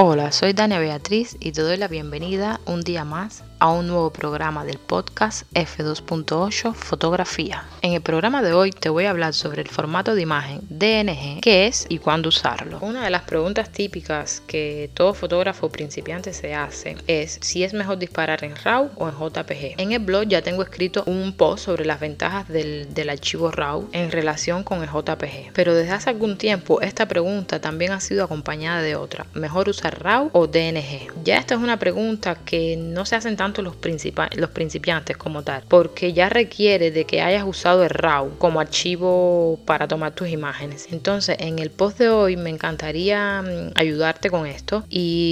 Hola, soy Dania Beatriz y te doy la bienvenida un día más a un nuevo programa del podcast F2.8 Fotografía. En el programa de hoy te voy a hablar sobre el formato de imagen DNG, qué es y cuándo usarlo. Una de las preguntas típicas que todo fotógrafo principiante se hace es si es mejor disparar en RAW o en JPG. En el blog ya tengo escrito un post sobre las ventajas del archivo RAW en relación con el JPG, pero desde hace algún tiempo esta pregunta también ha sido acompañada de otra: ¿mejor usar RAW o DNG? Ya esta es una pregunta que no se hacen tanto los principiantes como tal, porque ya requiere de que hayas usado el RAW como archivo para tomar tus imágenes. Entonces, en el post de hoy me encantaría ayudarte con esto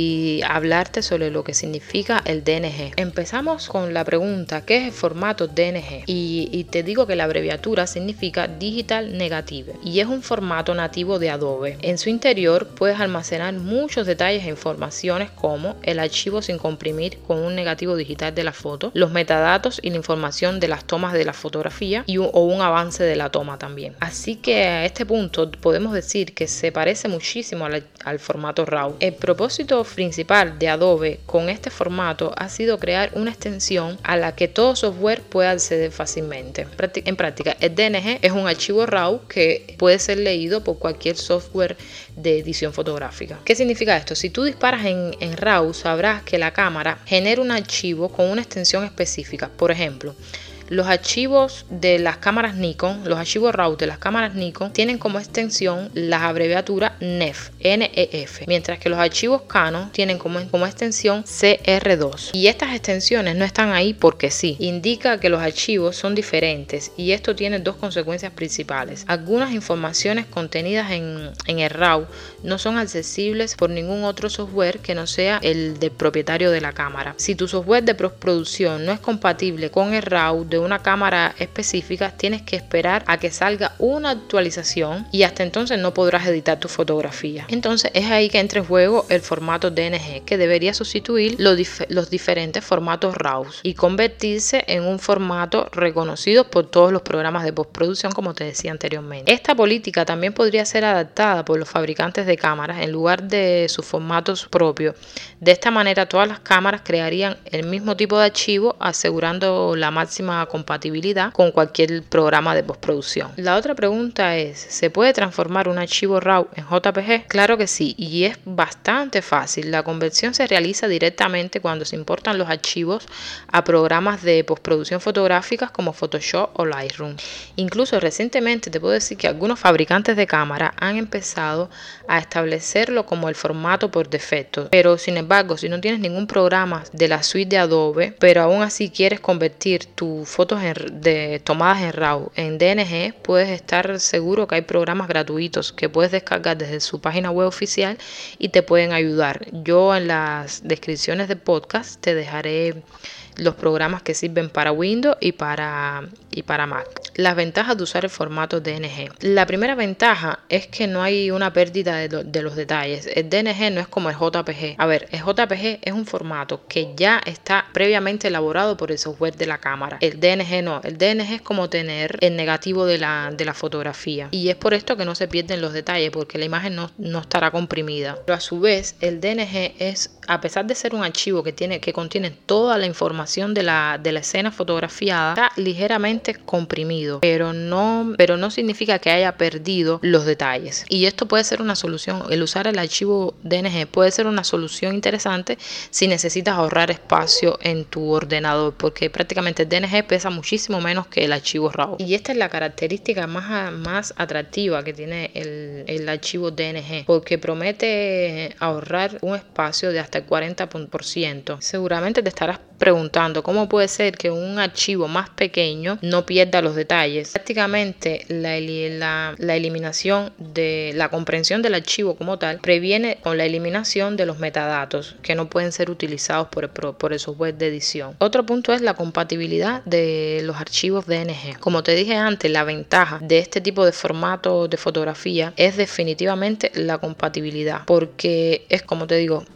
y hablarte sobre lo que significa el DNG. Empezamos con la pregunta: ¿qué es el formato DNG? Y te digo que la abreviatura significa Digital Negative y es un formato nativo de Adobe. En su interior puedes almacenar muchos detalles e informaciones como el archivo sin comprimir con un negativo digital de la foto, los metadatos y la información de las tomas de la fotografía o un avance de la toma también. Así que a este punto podemos decir que se parece muchísimo al formato RAW. El propósito principal de Adobe con este formato ha sido crear una extensión a la que todo software pueda acceder fácilmente. En práctica, el DNG es un archivo RAW que puede ser leído por cualquier software de edición fotográfica. ¿Qué significa esto? Si tú disparas en RAW, sabrás que la cámara genera un archivo con una extensión específica. Por ejemplo, los archivos de las cámaras Nikon, los archivos RAW de las cámaras Nikon tienen como extensión la abreviatura NEF, NEF, mientras que los archivos Canon tienen como extensión CR2. Y estas extensiones no están ahí porque sí, indica que los archivos son diferentes y esto tiene dos consecuencias principales. Algunas informaciones contenidas en el RAW no son accesibles por ningún otro software que no sea el del propietario de la cámara. Si tu software de postproducción no es compatible con el RAW de una cámara específica, tienes que esperar a que salga una actualización y hasta entonces no podrás editar tu fotografía. Entonces es ahí que entra en juego el formato DNG, que debería sustituir los diferentes formatos RAW y convertirse en un formato reconocido por todos los programas de postproducción, como te decía anteriormente. Esta política también podría ser adaptada por los fabricantes de cámaras en lugar de sus formatos propios. De esta manera todas las cámaras crearían el mismo tipo de archivo, asegurando la máxima compatibilidad con cualquier programa de postproducción. La otra pregunta es: ¿se puede transformar un archivo RAW en JPG? Claro que sí, y es bastante fácil. La conversión se realiza directamente cuando se importan los archivos a programas de postproducción fotográficas como Photoshop o Lightroom. Incluso recientemente te puedo decir que algunos fabricantes de cámara han empezado a establecerlo como el formato por defecto. Pero sin embargo, si no tienes ningún programa de la suite de Adobe, pero aún así quieres convertir tus fotos tomadas en RAW en DNG, puedes estar seguro que hay programas gratuitos que puedes descargar desde su página web oficial y te pueden ayudar. Yo en las descripciones del podcast te dejaré los programas que sirven para Windows y para Mac. Las ventajas de usar el formato DNG. La primera ventaja es que no hay una pérdida de los detalles. El DNG no es como el JPG. A ver, el JPG es un formato que ya está previamente elaborado por el software de la cámara. El DNG no. El DNG es como tener el negativo de la fotografía. Y es por esto que no se pierden los detalles, porque la imagen no estará comprimida. Pero a su vez, el DNG es, a pesar de ser un archivo que contiene toda la información de la escena fotografiada, está ligeramente comprimido, pero no significa que haya perdido los detalles. Y esto puede ser una solución. El usar el archivo DNG puede ser una solución interesante si necesitas ahorrar espacio en tu ordenador, porque prácticamente el DNG pesa muchísimo menos que el archivo RAW. Y esta es la característica más atractiva que tiene el archivo DNG, porque promete ahorrar un espacio de hasta el 40%. Seguramente te estarás preguntando cómo puede ser que un archivo más pequeño no pierda los detalles. Prácticamente la eliminación de la comprensión del archivo como tal previene con la eliminación de los metadatos que no pueden ser utilizados por el software de edición. Otro punto es la compatibilidad de los archivos DNG. Como te dije antes, la ventaja de este tipo de formato de fotografía es definitivamente la compatibilidad, porque es, como te digo, valga la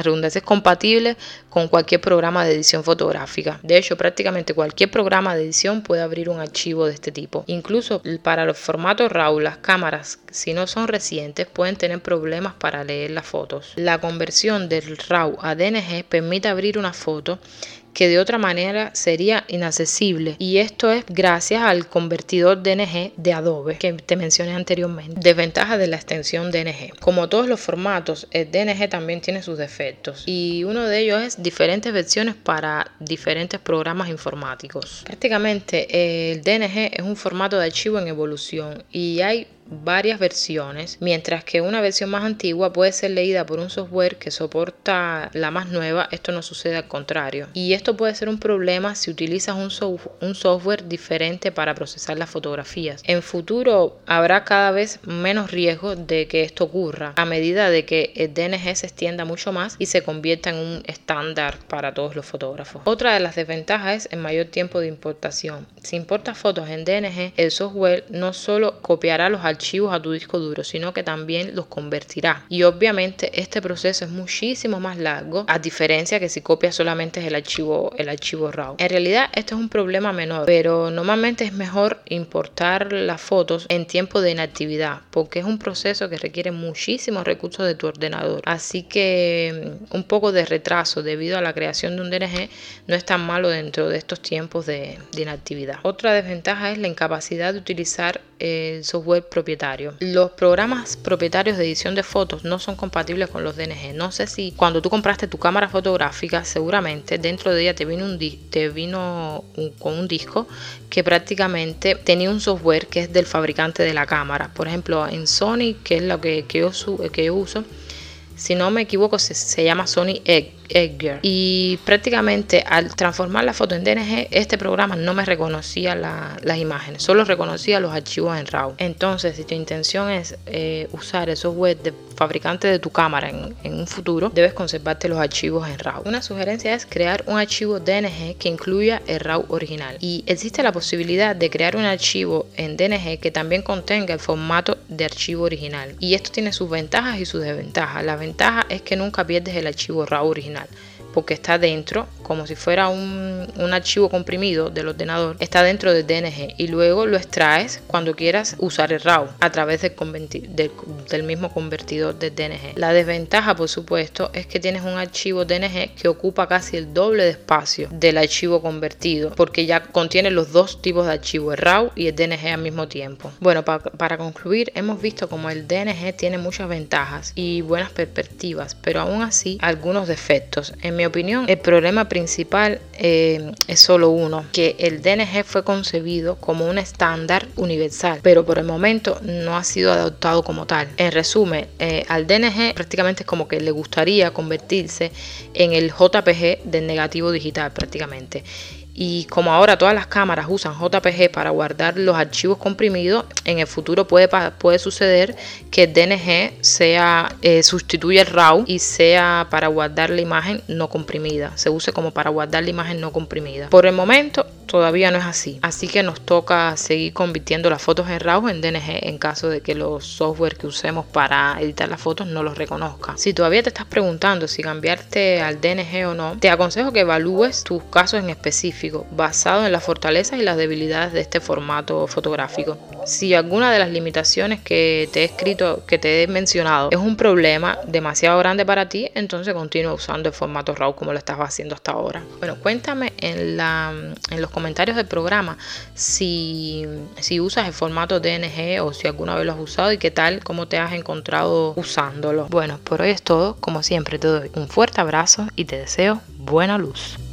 la redundancia, es compatible con cualquier programa de edición fotográfica. De hecho, prácticamente cualquier programa de edición puede abrir un archivo de este tipo. Incluso para los formatos RAW, las cámaras, si no son recientes, pueden tener problemas para leer las fotos. La conversión del RAW a DNG permite abrir una foto que de otra manera sería inaccesible, y esto es gracias al convertidor DNG de Adobe que te mencioné anteriormente. Desventajas de la extensión DNG: como todos los formatos, el DNG también tiene sus defectos, y uno de ellos es diferentes versiones para diferentes programas informáticos. Prácticamente el DNG es un formato de archivo en evolución y hay varias versiones, mientras que una versión más antigua puede ser leída por un software que soporta la más nueva. Esto no sucede al contrario, y esto puede ser un problema si utilizas un software diferente para procesar las fotografías. En futuro habrá cada vez menos riesgo de que esto ocurra a medida de que el DNG se extienda mucho más y se convierta en un estándar para todos los fotógrafos. Otra de las desventajas es el mayor tiempo de importación. Si importas fotos en DNG, el software no solo copiará los archivos a tu disco duro, sino que también los convertirá, y obviamente este proceso es muchísimo más largo, a diferencia que si copias solamente el archivo RAW. En realidad esto es un problema menor, pero normalmente es mejor importar las fotos en tiempo de inactividad, porque es un proceso que requiere muchísimos recursos de tu ordenador, así que un poco de retraso debido a la creación de un DNG no es tan malo dentro de estos tiempos de inactividad. Otra desventaja es la incapacidad de utilizar el software propietario. Los programas propietarios de edición de fotos no son compatibles con los DNG. No sé si cuando tú compraste tu cámara fotográfica, seguramente dentro de ella te vino con un disco que prácticamente tenía un software que es del fabricante de la cámara. Por ejemplo, en Sony, que es lo que yo uso, si no me equivoco, se llama Sony Edgar, y prácticamente al transformar la foto en DNG, este programa no me reconocía las imágenes, solo reconocía los archivos en RAW. Entonces, si tu intención es usar el software de fabricante de tu cámara en un futuro, debes conservarte los archivos en RAW. Una sugerencia es crear un archivo DNG que incluya el RAW original, y existe la posibilidad de crear un archivo en DNG que también contenga el formato de archivo original, y esto tiene sus ventajas y sus desventajas. La ventaja es que nunca pierdes el archivo RAW original, porque está dentro, como si fuera un archivo comprimido del ordenador, está dentro del DNG, y luego lo extraes cuando quieras usar el RAW a través del mismo convertidor del DNG. La desventaja, por supuesto, es que tienes un archivo DNG que ocupa casi el doble de espacio del archivo convertido, porque ya contiene los dos tipos de archivo, el RAW y el DNG al mismo tiempo. Bueno, para concluir, hemos visto como el DNG tiene muchas ventajas y buenas perspectivas, pero aún así algunos defectos. En mi opinión, el problema principal es solo uno: que el DNG fue concebido como un estándar universal, pero por el momento no ha sido adoptado como tal. En resumen, al DNG prácticamente es como que le gustaría convertirse en el JPG del negativo digital prácticamente. Y como ahora todas las cámaras usan JPG para guardar los archivos comprimidos, en el futuro puede suceder que el DNG sustituya el RAW y sea para guardar la imagen no comprimida, se use como para guardar la imagen no comprimida. Por el momento todavía no es así que nos toca seguir convirtiendo las fotos en RAW en DNG en caso de que los software que usemos para editar las fotos no los reconozcan. Si todavía te estás preguntando si cambiarte al DNG o no, te aconsejo que evalúes tus casos en específico, basado en las fortalezas y las debilidades de este formato fotográfico. Si alguna de las limitaciones que te he mencionado es un problema demasiado grande para ti, entonces continúa usando el formato RAW como lo estás haciendo hasta ahora. Bueno, cuéntame en los comentarios del programa si usas el formato DNG o si alguna vez lo has usado y qué tal, cómo te has encontrado usándolo. Bueno, por hoy es todo. Como siempre, te doy un fuerte abrazo y te deseo buena luz.